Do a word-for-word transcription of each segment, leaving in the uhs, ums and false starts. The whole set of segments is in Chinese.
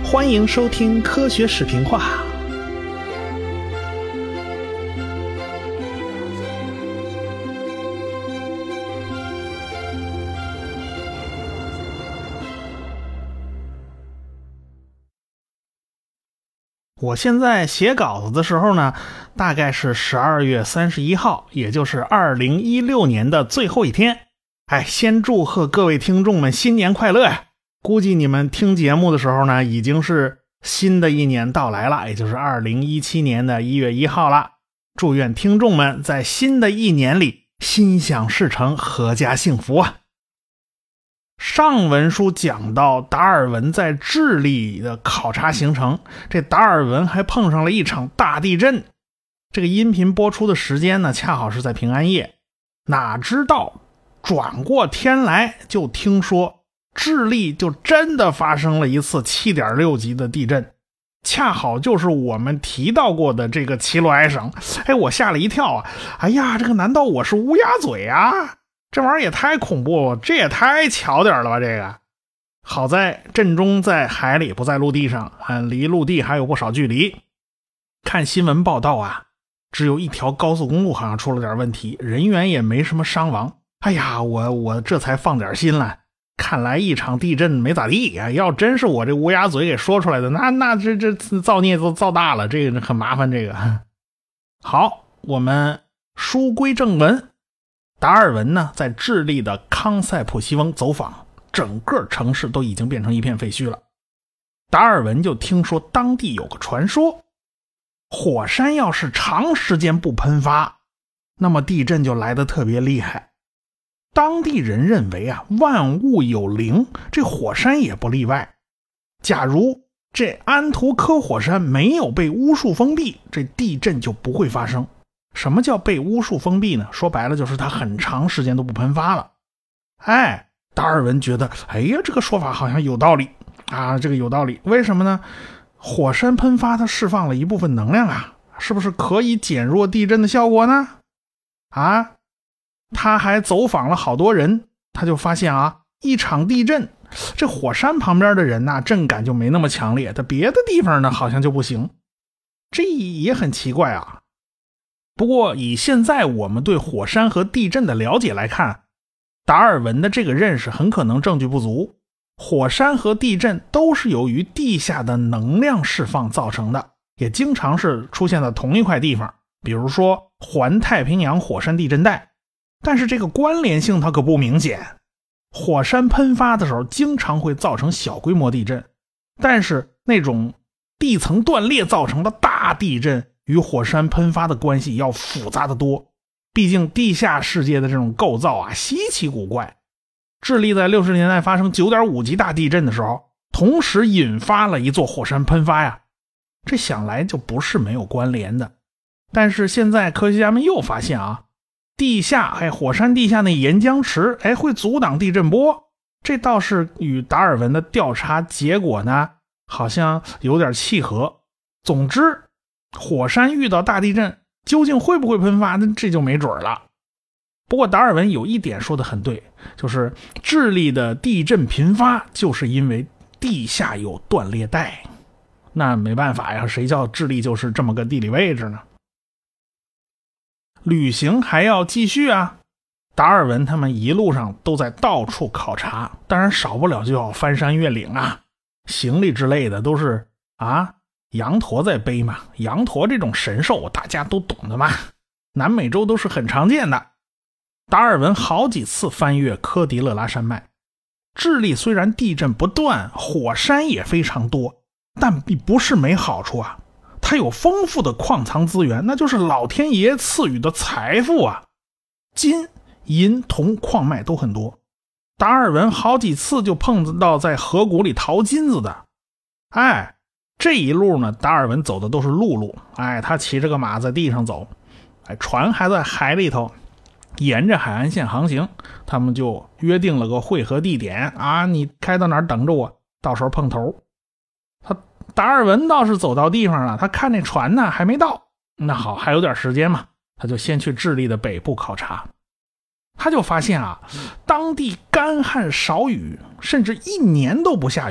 欢迎收听科学视频化。我现在写稿子的时候呢，大概是十二月三十一号，也就是二零一六年的最后一天。哎，先祝贺各位听众们新年快乐呀！估计你们听节目的时候呢，已经是新的一年到来了，也就是二零一七年的一月一号了。祝愿听众们在新的一年里心想事成，阖家幸福啊！上文书讲到达尔文在智利的考察行程，这达尔文还碰上了一场大地震。这个音频播出的时间呢，恰好是在平安夜。哪知道转过天来就听说智利就真的发生了一次 七点六 级的地震，恰好就是我们提到过的这个奇罗埃省。哎，我吓了一跳啊！哎呀，这个难道我是乌鸦嘴啊？这玩意儿也太恐怖了，这也太巧点了吧！这个好在震中在海里，不在陆地上，嗯，离陆地还有不少距离。看新闻报道啊，只有一条高速公路好像出了点问题，人员也没什么伤亡。哎呀，我我这才放点心了。看来一场地震没咋地啊！要真是我这乌鸦嘴给说出来的，那那这这造孽都造大了，这个很麻烦。这个好，我们书归正文。达尔文呢，在智利的康塞普西翁走访，整个城市都已经变成一片废墟了。达尔文就听说当地有个传说，火山要是长时间不喷发，那么地震就来得特别厉害。当地人认为啊，万物有灵，这火山也不例外。假如这安图科火山没有被巫术封闭，这地震就不会发生。什么叫被巫术封闭呢？说白了就是它很长时间都不喷发了。哎，达尔文觉得，哎呀，这个说法好像有道理啊，这个有道理。为什么呢？火山喷发它释放了一部分能量啊，是不是可以减弱地震的效果呢？啊，他还走访了好多人，他就发现啊，一场地震，这火山旁边的人呢、啊，震感就没那么强烈，但别的地方呢好像就不行。这也很奇怪啊。不过以现在我们对火山和地震的了解来看，达尔文的这个认识很可能证据不足。火山和地震都是由于地下的能量释放造成的，也经常是出现在同一块地方，比如说环太平洋火山地震带。但是这个关联性它可不明显。火山喷发的时候经常会造成小规模地震，但是那种地层断裂造成的大地震与火山喷发的关系要复杂得多，毕竟地下世界的这种构造啊稀奇古怪。智利在六十年代发生 九点五 级大地震的时候，同时引发了一座火山喷发呀，这想来就不是没有关联的。但是现在科学家们又发现啊，地下哎火山地下那岩浆池哎会阻挡地震波，这倒是与达尔文的调查结果呢好像有点契合。总之火山遇到大地震究竟会不会喷发，那这就没准了。不过达尔文有一点说得很对，就是智利的地震频发就是因为地下有断裂带。那没办法呀，谁叫智利就是这么个地理位置呢？旅行还要继续啊。达尔文他们一路上都在到处考察，当然少不了就要翻山越岭啊，行李之类的都是啊羊驼在背嘛，羊驼这种神兽大家都懂的嘛，南美洲都是很常见的。达尔文好几次翻越科迪勒拉山脉。智利虽然地震不断，火山也非常多，但不是没好处啊，它有丰富的矿藏资源，那就是老天爷赐予的财富啊，金银铜矿脉都很多。达尔文好几次就碰到在河谷里淘金子的。哎，这一路呢，达尔文走的都是陆路，哎，他骑着个马在地上走，哎，船还在海里头，沿着海岸线航行。他们就约定了个汇合地点啊，你开到哪儿等着我，到时候碰头。他达尔文倒是走到地方了，他看那船呢还没到，那好，还有点时间嘛，他就先去智利的北部考察。他就发现啊，当地干旱少雨，甚至一年都不下雨，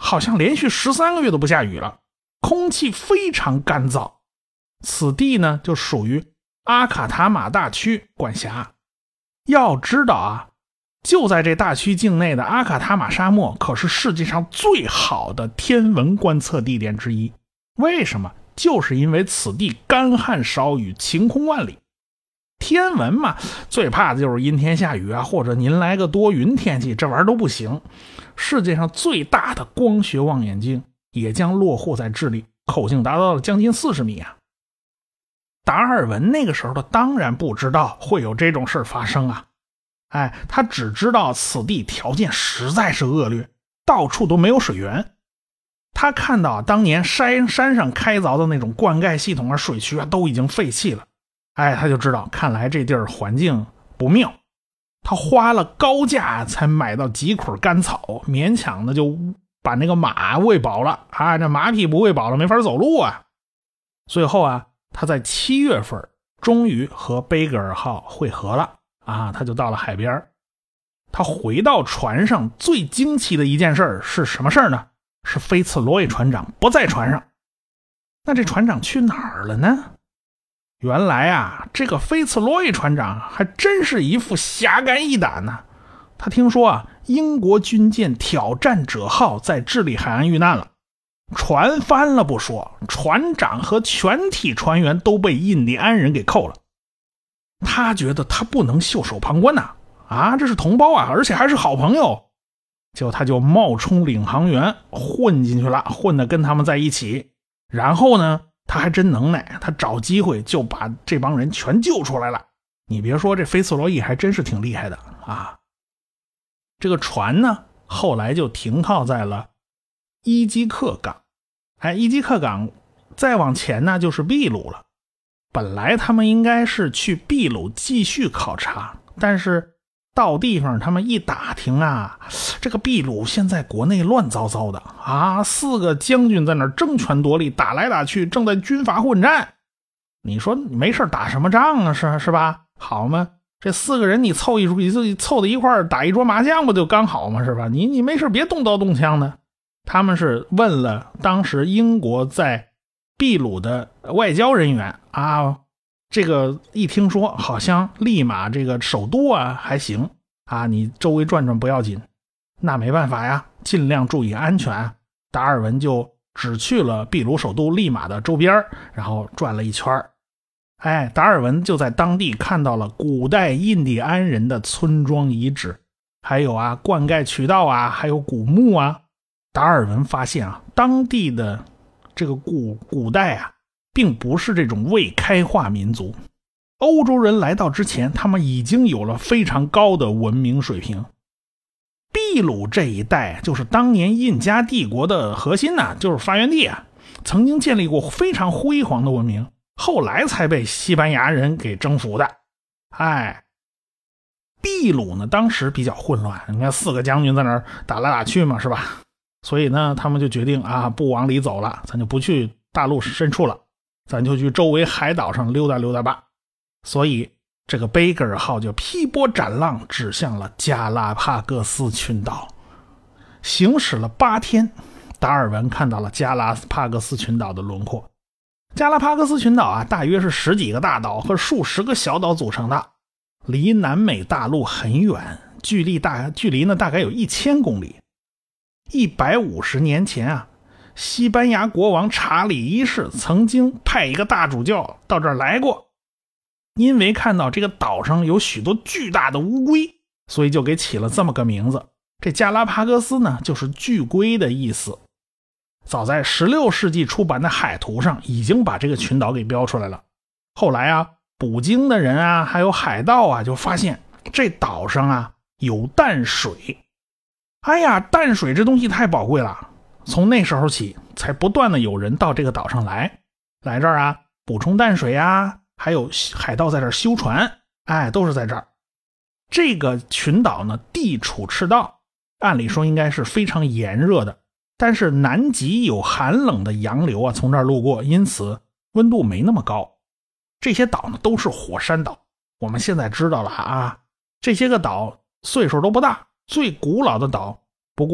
好像连续十三个月都不下雨了，空气非常干燥。此地呢就属于阿卡塔马大区管辖。要知道啊，就在这大区境内的阿卡塔马沙漠可是世界上最好的天文观测地点之一。为什么？就是因为此地干旱少雨，晴空万里。天文嘛，最怕的就是阴天下雨啊，或者您来个多云天气，这玩意儿都不行。世界上最大的光学望远镜也将落户在智利，口径达到了将近四十米啊。达尔文那个时候的当然不知道会有这种事发生啊，哎，他只知道此地条件实在是恶劣，到处都没有水源。他看到当年山山上开凿的那种灌溉系统啊、水渠啊都已经废弃了，哎，他就知道看来这地儿环境不妙。他花了高价才买到几捆干草，勉强的就把那个马喂饱了啊，这马匹不喂饱了没法走路啊。最后啊，他在七月份终于和贝格尔号会合了啊，他就到了海边。他回到船上，最惊奇的一件事是什么事呢？是菲茨罗伊船长不在船上。那这船长去哪儿了呢？原来啊，这个菲茨罗伊船长还真是一副侠肝义胆呢。他听说啊，英国军舰挑战者号在智利海岸遇难了，船翻了不说，船长和全体船员都被印第安人给扣了。他觉得他不能袖手旁观呐，啊，这是同胞啊，而且还是好朋友。结果他就冒充领航员混进去了，混得跟他们在一起。然后呢，他还真能耐，他找机会就把这帮人全救出来了。你别说，这菲茨罗伊还真是挺厉害的啊。这个船呢，后来就停靠在了伊基克港。哎，伊基克港再往前呢就是秘鲁了。本来他们应该是去秘鲁继续考察，但是到地方他们一打听啊，这个秘鲁现在国内乱糟糟的啊，四个将军在那儿争权夺利，打来打去，正在军阀混战。你说没事打什么仗啊，是是吧？好吗？这四个人你凑一你凑到一块儿打一桌麻将不就刚好吗？是吧？你你没事别动刀动枪的。他们是问了当时英国在秘鲁的外交人员啊，这个一听说好像利马这个首都啊还行啊，你周围转转不要紧。那没办法呀，尽量注意安全。达尔文就只去了秘鲁首都利马的周边，然后转了一圈。哎，达尔文就在当地看到了古代印第安人的村庄遗址，还有啊灌溉渠道啊，还有古墓啊。达尔文发现啊，当地的这个古古代啊并不是这种未开化民族，欧洲人来到之前，他们已经有了非常高的文明水平。秘鲁这一带就是当年印加帝国的核心啊，就是发源地啊，曾经建立过非常辉煌的文明，后来才被西班牙人给征服的。哎，秘鲁呢当时比较混乱，你看四个将军在那儿打来打去嘛，是吧？所以呢他们就决定啊，不往里走了，咱就不去大陆深处了，咱就去周围海岛上溜达溜达吧。所以这个贝格尔号就劈波斩浪指向了加拉帕戈斯群岛。行驶了八天，达尔文看到了加拉帕戈斯群岛的轮廓。加拉帕戈斯群岛啊，大约是十几个大岛和数十个小岛组成的，离南美大陆很远，距离大距离呢大概有一千公里。一百五十年前啊，西班牙国王查理一世曾经派一个大主教到这儿来过，因为看到这个岛上有许多巨大的乌龟，所以就给起了这么个名字。这加拉帕戈斯呢，就是巨龟的意思。早在十六世纪出版的海图上已经把这个群岛给标出来了。后来啊，捕鲸的人啊，还有海盗啊，就发现这岛上啊有淡水。哎呀，淡水这东西太宝贵了，从那时候起才不断的有人到这个岛上来，来这儿啊补充淡水啊，还有海盗在这儿修船，哎，都是在这儿。这个群岛呢地处赤道，按理说应该是非常炎热的，但是南极有寒冷的洋流啊从这儿路过，因此温度没那么高。这些岛呢都是火山岛，我们现在知道了啊，这些个岛岁数都不大，最古老的岛不过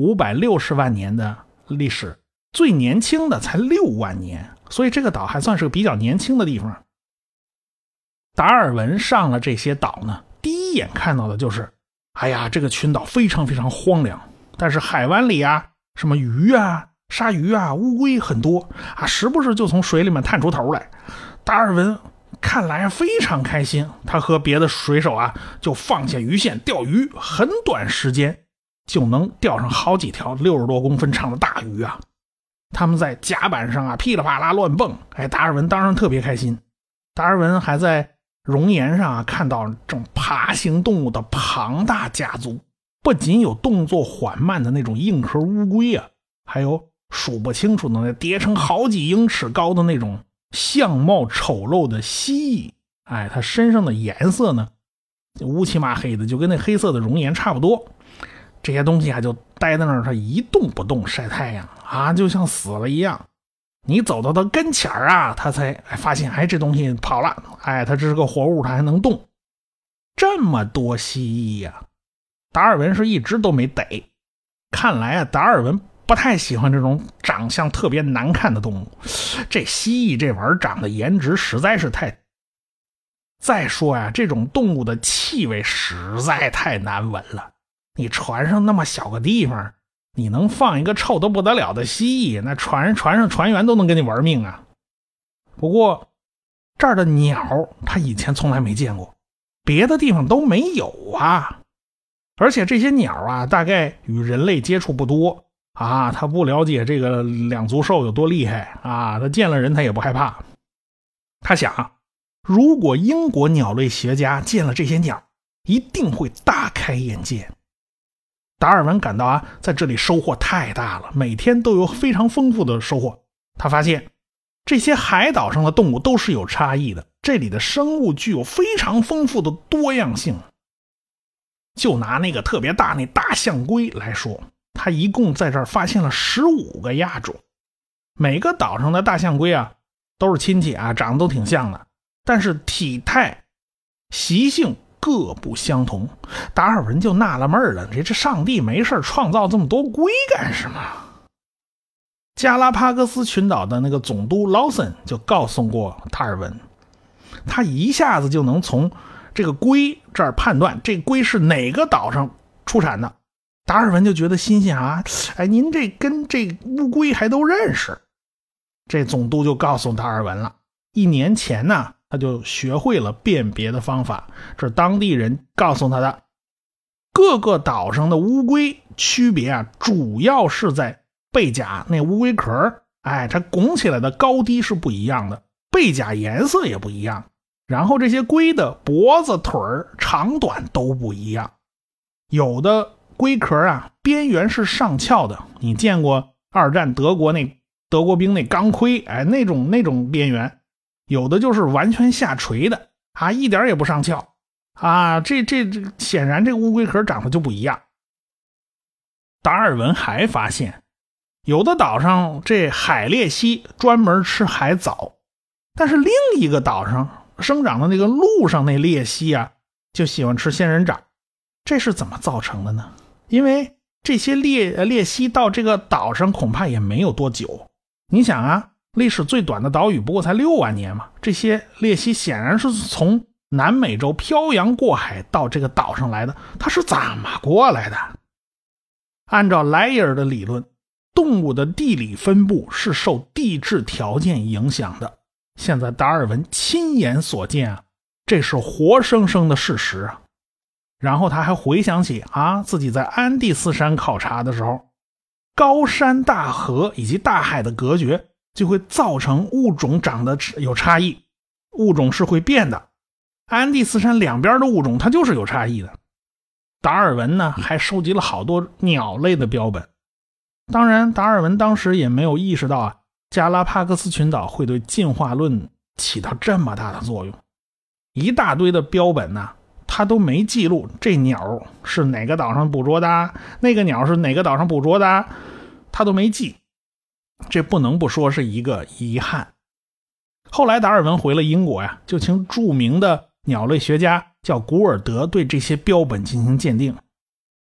五百六十万年的历史，最年轻的才六万年，所以这个岛还算是个比较年轻的地方。达尔文上了这些岛呢，第一眼看到的就是哎呀，这个群岛非常非常荒凉，但是海湾里啊，什么鱼啊、鲨鱼啊、乌龟很多啊，时不时就从水里面探出头来。达尔文看来非常开心，他和别的水手啊就放下鱼线钓鱼，很短时间就能钓上好几条六十多公分长的大鱼啊。他们在甲板上啊噼里啪啦乱蹦，哎，达尔文当然特别开心。达尔文还在熔岩上啊看到这种爬行动物的庞大家族，不仅有动作缓慢的那种硬壳乌龟啊，还有数不清楚的那叠成好几英尺高的那种相貌丑陋的蜥蜴。哎，它身上的颜色呢乌漆嘛黑的，就跟那黑色的熔岩差不多。这些东西啊就待在那儿，它一动不动晒太阳啊，就像死了一样。你走到它跟前儿啊，它才发现哎这东西跑了，哎它这是个活物，它还能动。这么多蜥蜴呀、啊，达尔文是一直都没逮。看来啊，达尔文不太喜欢这种长相特别难看的动物。这蜥蜴这玩意儿长得颜值实在是太……再说呀、啊，这种动物的气味实在太难闻了。你船上那么小个地方，你能放一个臭得不得了的蜥蜴，那船船上船员都能跟你玩命啊。不过这儿的鸟他以前从来没见过，别的地方都没有啊。而且这些鸟啊大概与人类接触不多啊，他不了解这个两足兽有多厉害啊，他见了人他也不害怕。他想，如果英国鸟类学家见了这些鸟，一定会大开眼界。达尔文感到啊，在这里收获太大了，每天都有非常丰富的收获。他发现这些海岛上的动物都是有差异的，这里的生物具有非常丰富的多样性。就拿那个特别大那大象龟来说，他一共在这儿发现了十五个亚种。每个岛上的大象龟啊都是亲戚啊，长得都挺像的，但是体态习性各不相同。达尔文就纳了闷了，这这上帝没事创造这么多龟干什么？加拉帕戈斯群岛的那个总督劳森就告诉过达尔文，他一下子就能从这个龟这儿判断这龟是哪个岛上出产的。达尔文就觉得新鲜啊，哎，您这跟这乌龟还都认识。这总督就告诉达尔文了，一年前呢他就学会了辨别的方法，这是当地人告诉他的。各个岛上的乌龟区别啊，主要是在背甲那乌龟壳，哎，它拱起来的高低是不一样的，背甲颜色也不一样，然后这些龟的脖子腿长短都不一样。有的龟壳啊边缘是上翘的，你见过二战德国那德国兵那钢盔，哎，那种那种边缘。有的就是完全下垂的啊，一点也不上翘啊，这这这显然这个乌龟壳长得就不一样。达尔文还发现，有的岛上这海鬣蜥专门吃海藻，但是另一个岛上生长的那个陆上那鬣蜥啊，就喜欢吃仙人掌。这是怎么造成的呢？因为这些鬣鬣蜥到这个岛上恐怕也没有多久。你想啊，历史最短的岛屿不过才六万年嘛，这些鬣蜥显然是从南美洲漂洋过海到这个岛上来的，它是怎么过来的？按照莱伊尔的理论，动物的地理分布是受地质条件影响的。现在达尔文亲眼所见啊，这是活生生的事实啊。然后他还回想起啊，自己在安第斯山考察的时候，高山大河以及大海的隔绝就会造成物种长得有差异，物种是会变的。安第斯山两边的物种它就是有差异的。达尔文呢还收集了好多鸟类的标本。当然达尔文当时也没有意识到啊，加拉帕戈斯群岛会对进化论起到这么大的作用。一大堆的标本呢，他都没记录这鸟是哪个岛上捕捉的，那个鸟是哪个岛上捕捉的，他都没记。这不能不说是一个遗憾。后来达尔文回了英国呀，就请著名的鸟类学家叫古尔德对这些标本进行鉴定。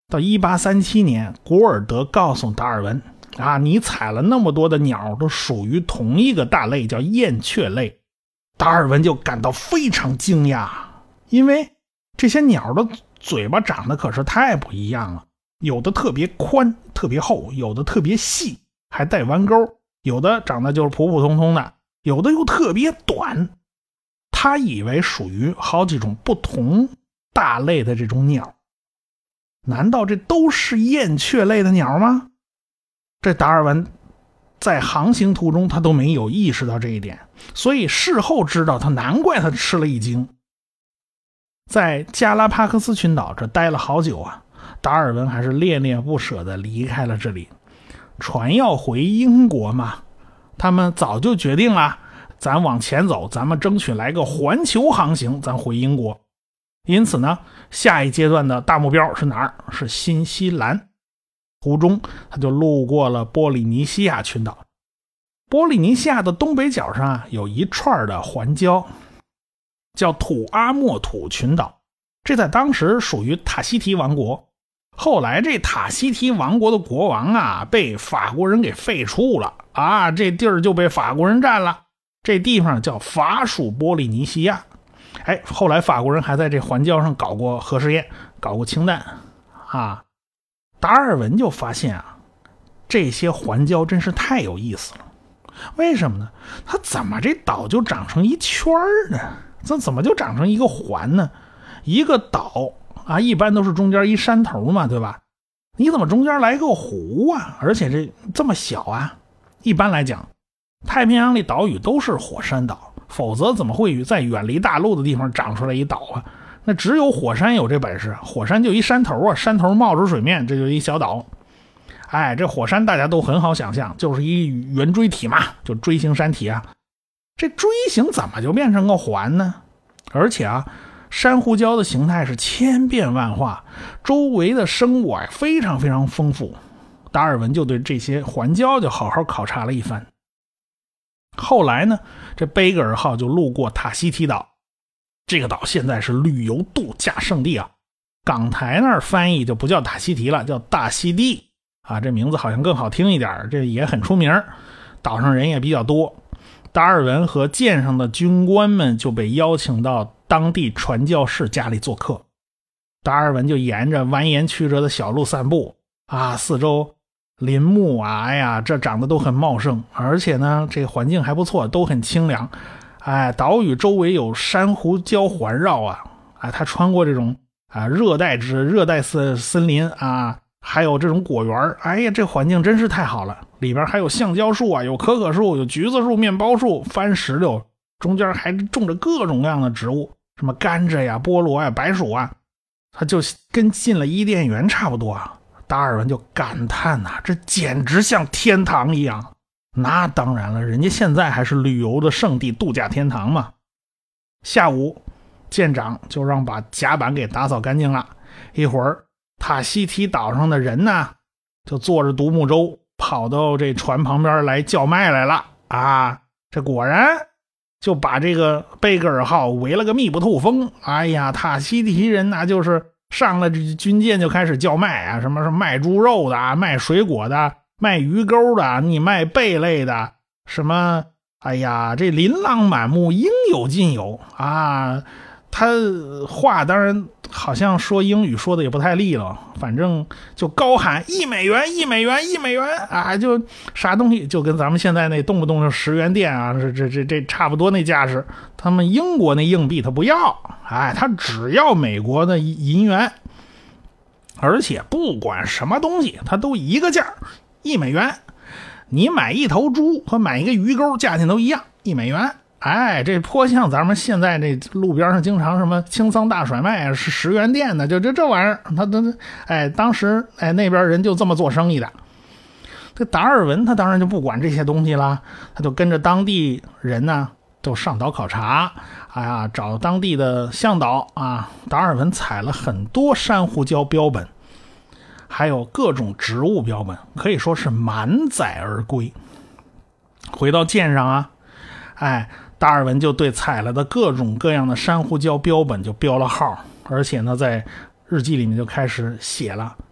到一八三七年，古尔德告诉达尔文啊，你采了那么多的鸟都属于同一个大类，叫燕雀类。达尔文就感到非常惊讶，因为这些鸟的嘴巴长得可是太不一样了，有的特别宽特别厚，有的特别细还带弯钩，有的长得就是普普通通的，有的又特别短。他以为属于好几种不同大类的这种鸟，难道这都是燕雀类的鸟吗？这达尔文在航行途中他都没有意识到这一点，所以事后知道他难怪他吃了一惊。在加拉帕克斯群岛这待了好久啊，达尔文还是恋恋不舍地离开了这里。船要回英国嘛，他们早就决定了，咱往前走，咱们争取来个环球航行，咱回英国。因此呢，下一阶段的大目标是哪儿？是新西兰。途中他就路过了波利尼西亚群岛。波利尼西亚的东北角上啊，有一串的环礁，叫土阿莫土群岛，这在当时属于塔希提王国。后来这塔希提王国的国王啊，被法国人给废黜了啊，这地儿就被法国人占了。这地方叫法属波利尼西亚。哎，后来法国人还在这环礁上搞过核试验，搞过氢弹啊。达尔文就发现啊，这些环礁真是太有意思了。为什么呢？它怎么这岛就长成一圈呢？这怎么就长成一个环呢？一个岛啊，一般都是中间一山头嘛，对吧？你怎么中间来个湖啊？而且这这么小啊？一般来讲，太平洋里岛屿都是火山岛，否则怎么会在远离大陆的地方长出来一岛啊？那只有火山有这本事，火山就一山头啊，山头冒出水面，这就一小岛。哎，这火山大家都很好想象，就是一圆锥体嘛，就锥形山体啊。这锥形怎么就变成个环呢？而且啊，珊瑚礁的形态是千变万化，周围的生物啊非常非常丰富。达尔文就对这些环礁就好好考察了一番。后来呢，这贝格尔号就路过塔希提岛，这个岛现在是旅游度假胜地啊。港台那儿翻译就不叫塔希提了，叫大溪地啊，这名字好像更好听一点，这也很出名，岛上人也比较多。达尔文和舰上的军官们就被邀请到当地传教士家里做客。达尔文就沿着蜿蜒曲折的小路散步啊，四周林木啊，哎呀，这长得都很茂盛，而且呢，这个环境还不错，都很清凉。哎，岛屿周围有珊瑚礁环绕啊，哎，他穿过这种啊热带之热带森森林啊，还有这种果园，哎呀，这环境真是太好了。里边还有橡胶树啊，有可可树，有橘子树、面包树、番石榴，中间还种着各种各样的植物，什么甘蔗呀、菠萝呀、白薯啊，它就跟进了伊甸园差不多啊。达尔文就感叹呐、啊，这简直像天堂一样。那当然了，人家现在还是旅游的胜地，度假天堂嘛。下午，舰长就让把甲板给打扫干净了。一会儿，塔希提岛上的人呢，就坐着独木舟跑到这船旁边来叫卖来了啊！这果然就把这个贝格尔号围了个密不透风。哎呀，塔希提人那就是上了这军舰就开始叫卖啊，什么是卖猪肉的，卖水果的，卖鱼钩的，你卖贝类的，什么，哎呀，这琳琅满目，应有尽有啊。他话当然好像说英语说的也不太利落，反正就高喊一美元一美元一美元啊，就啥东西就跟咱们现在那动不动就十元店啊，这这这这差不多那架势。他们英国那硬币他不要，哎，他只要美国的银元，而且不管什么东西他都一个价，一美元。你买一头猪和买一个鱼钩价钱都一样，一美元。哎，这颇像咱们现在这路边上经常什么清仓大甩卖是十元店的，就这这玩意儿，他都哎，当时哎那边人就这么做生意的。这达尔文他当然就不管这些东西了，他就跟着当地人呢都上岛考察，哎呀，找当地的向导啊。达尔文采了很多珊瑚礁标本，还有各种植物标本，可以说是满载而归。回到舰上啊，哎。达尔文就对采了的各种各样的珊瑚礁标本就标了号，而且呢在日记里面就开始写了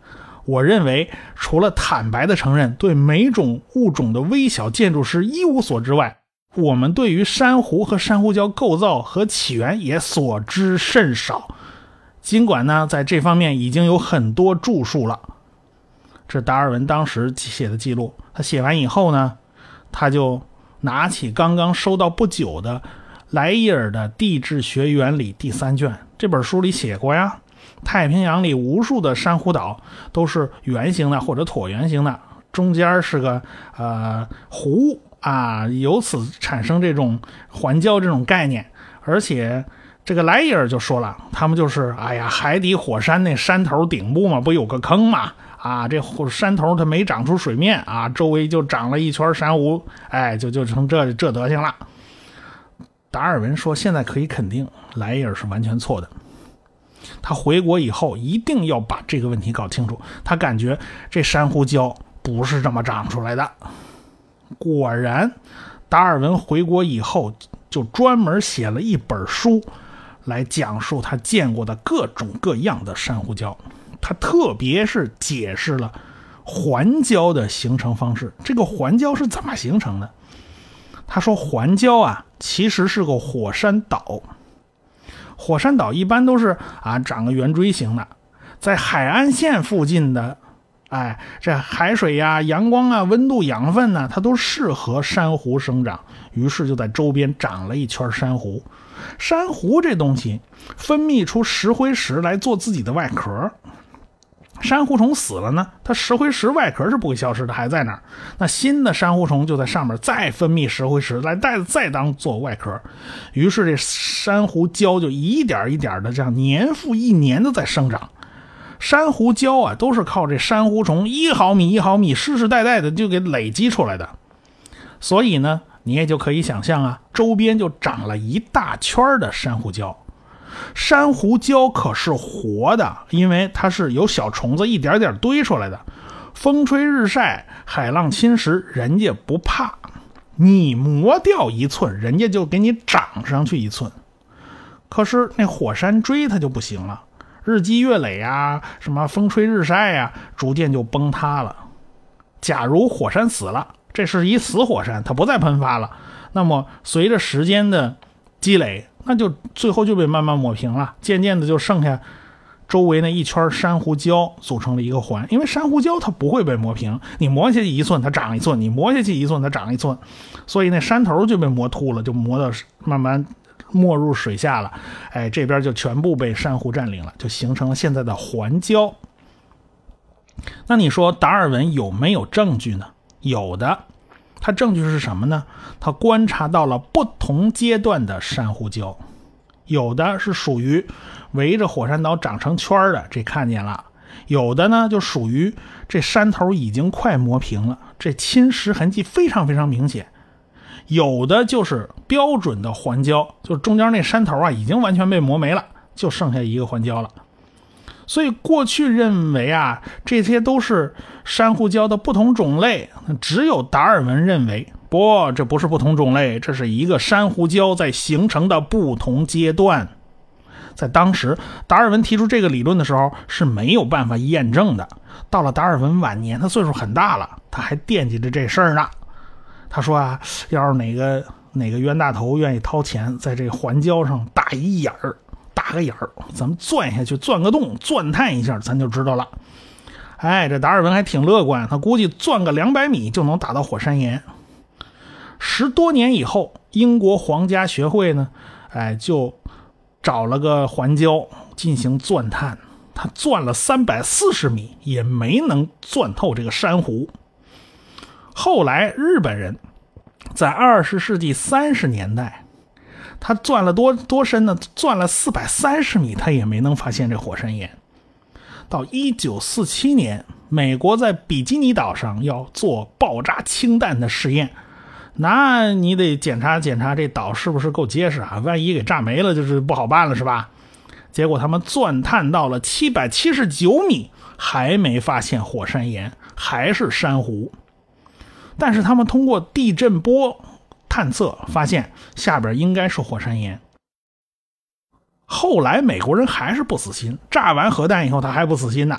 我认为除了坦白的承认对每种物种的微小建筑师一无所知外，我们对于珊瑚和珊瑚礁构造和起源也所知甚少。尽管呢，在这方面已经有很多著述了。这达尔文当时写的记录，他写完以后呢，他就拿起刚刚收到不久的莱伊尔的《地质学原理》第三卷，这本书里写过呀，太平洋里无数的珊瑚岛都是圆形的或者椭圆形的，中间是个呃湖啊，由此产生这种环礁这种概念。而且这个莱伊尔就说了，他们就是哎呀，海底火山那山头顶部嘛，不有个坑嘛，啊，这山头它没长出水面啊，周围就长了一圈珊瑚，哎，就就成这这德行了。达尔文说，现在可以肯定莱伊尔是完全错的。他回国以后一定要把这个问题搞清楚，他感觉这珊瑚礁不是这么长出来的。果然，达尔文回国以后就专门写了一本书来讲述他见过的各种各样的珊瑚礁。他特别是解释了环礁的形成方式。这个环礁是怎么形成的？他说环礁啊，其实是个火山岛。火山岛一般都是啊长个圆锥形的，在海岸线附近的，哎，这海水呀、阳光啊、温度、养分呢，它都适合珊瑚生长，于是就在周边长了一圈珊瑚。珊瑚这东西分泌出石灰石来做自己的外壳。珊瑚虫死了呢，它石灰石外壳是不会消失的，还在那儿。那新的珊瑚虫就在上面再分泌石灰石来再再当做外壳，于是这珊瑚礁就一点一点的这样年复一年的在生长。珊瑚礁啊，都是靠这珊瑚虫一毫米一毫米世世代代的就给累积出来的。所以呢，你也就可以想象啊，周边就长了一大圈的珊瑚礁。珊瑚礁可是活的，因为它是由小虫子一点点堆出来的。风吹日晒，海浪侵蚀，人家不怕。你磨掉一寸，人家就给你长上去一寸。可是那火山锥它就不行了，日积月累啊，什么风吹日晒啊，逐渐就崩塌了。假如火山死了，这是一死火山，它不再喷发了，那么随着时间的积累，那就最后就被慢慢抹平了，渐渐的就剩下周围那一圈珊瑚礁组成了一个环。因为珊瑚礁它不会被磨平，你磨下去一寸它长一寸，你磨下去一寸它长一寸，所以那山头就被磨秃了，就磨到慢慢没入水下了。哎，这边就全部被珊瑚占领了，就形成了现在的环礁。那你说达尔文有没有证据呢？有的。他证据是什么呢？他观察到了不同阶段的珊瑚礁，有的是属于围着火山岛长成圈的，这看见了；有的呢就属于这山头已经快磨平了，这侵蚀痕迹非常非常明显；有的就是标准的环礁，就是中间那山头啊已经完全被磨没了，就剩下一个环礁了。所以过去认为啊，这些都是珊瑚礁的不同种类，只有达尔文认为，不，这不是不同种类，这是一个珊瑚礁在形成的不同阶段。在当时，达尔文提出这个理论的时候是没有办法验证的。到了达尔文晚年，他岁数很大了，他还惦记着这事儿呢。他说啊，要是哪个哪个冤大头愿意掏钱，在这环礁上打一眼儿。打个眼儿，咱们钻下去，钻个洞，钻探一下，咱就知道了。哎，这达尔文还挺乐观，他估计钻个两百米就能打到火山岩。十多年以后，英国皇家学会呢，哎，就找了个环礁进行钻探，他钻了三百四十米，也没能钻透这个珊瑚。后来日本人在二十世纪三十年代。他钻了多多深呢？钻了四百三十米，他也没能发现这火山岩。到一九四七年，美国在比基尼岛上要做爆炸氢弹的试验，那你得检查检查这岛是不是够结实啊？万一给炸没了，就是不好办了，是吧？结果他们钻探到了七百七十九米，还没发现火山岩，还是珊瑚。但是他们通过地震波探测发现下边应该是火山岩。后来美国人还是不死心，炸完核弹以后他还不死心呢，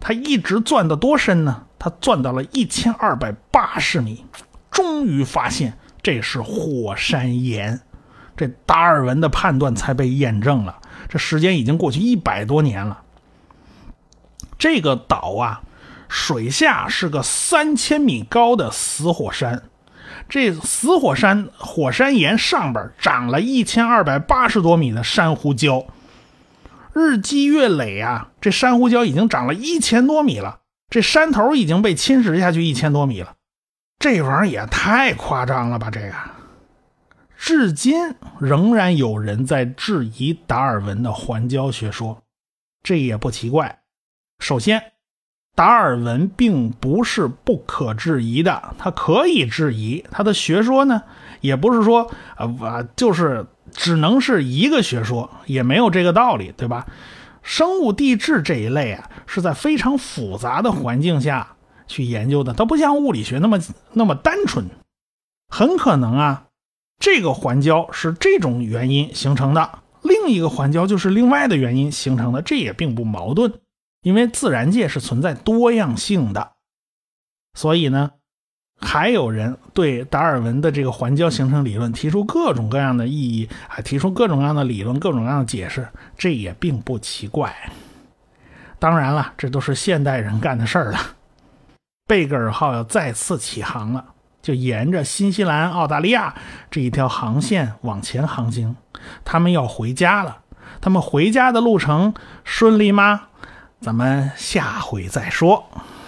他一直钻得多深呢？他钻到了一千二百八十米，终于发现这是火山岩。这达尔文的判断才被验证了。这时间已经过去一百多年了。这个岛啊，水下是个三千米高的死火山。这死火山火山岩上边长了一千二百八十多米的珊瑚礁，日积月累啊，这珊瑚礁已经长了一千多米了，这山头已经被侵蚀下去一千多米了。这玩意儿也太夸张了吧！这个至今仍然有人在质疑达尔文的环礁学说，这也不奇怪。首先，达尔文并不是不可质疑的，他可以质疑。他的学说呢，也不是说呃就是只能是一个学说，也没有这个道理，对吧？生物地质这一类啊，是在非常复杂的环境下去研究的，它不像物理学那么那么单纯。很可能啊，这个环礁是这种原因形成的，另一个环礁就是另外的原因形成的，这也并不矛盾。因为自然界是存在多样性的，所以呢，还有人对达尔文的这个环礁形成理论提出各种各样的意义，还提出各种各样的理论，各种各样的解释，这也并不奇怪。当然了，这都是现代人干的事儿了。贝格尔号要再次起航了，就沿着新西兰、澳大利亚这一条航线往前航行，他们要回家了。他们回家的路程顺利吗？咱们下回再说。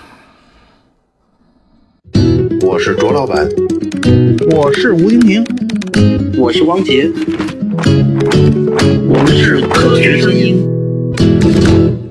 我是卓老板， 我是吴婷婷， 我是王杰， 我们是科学声音。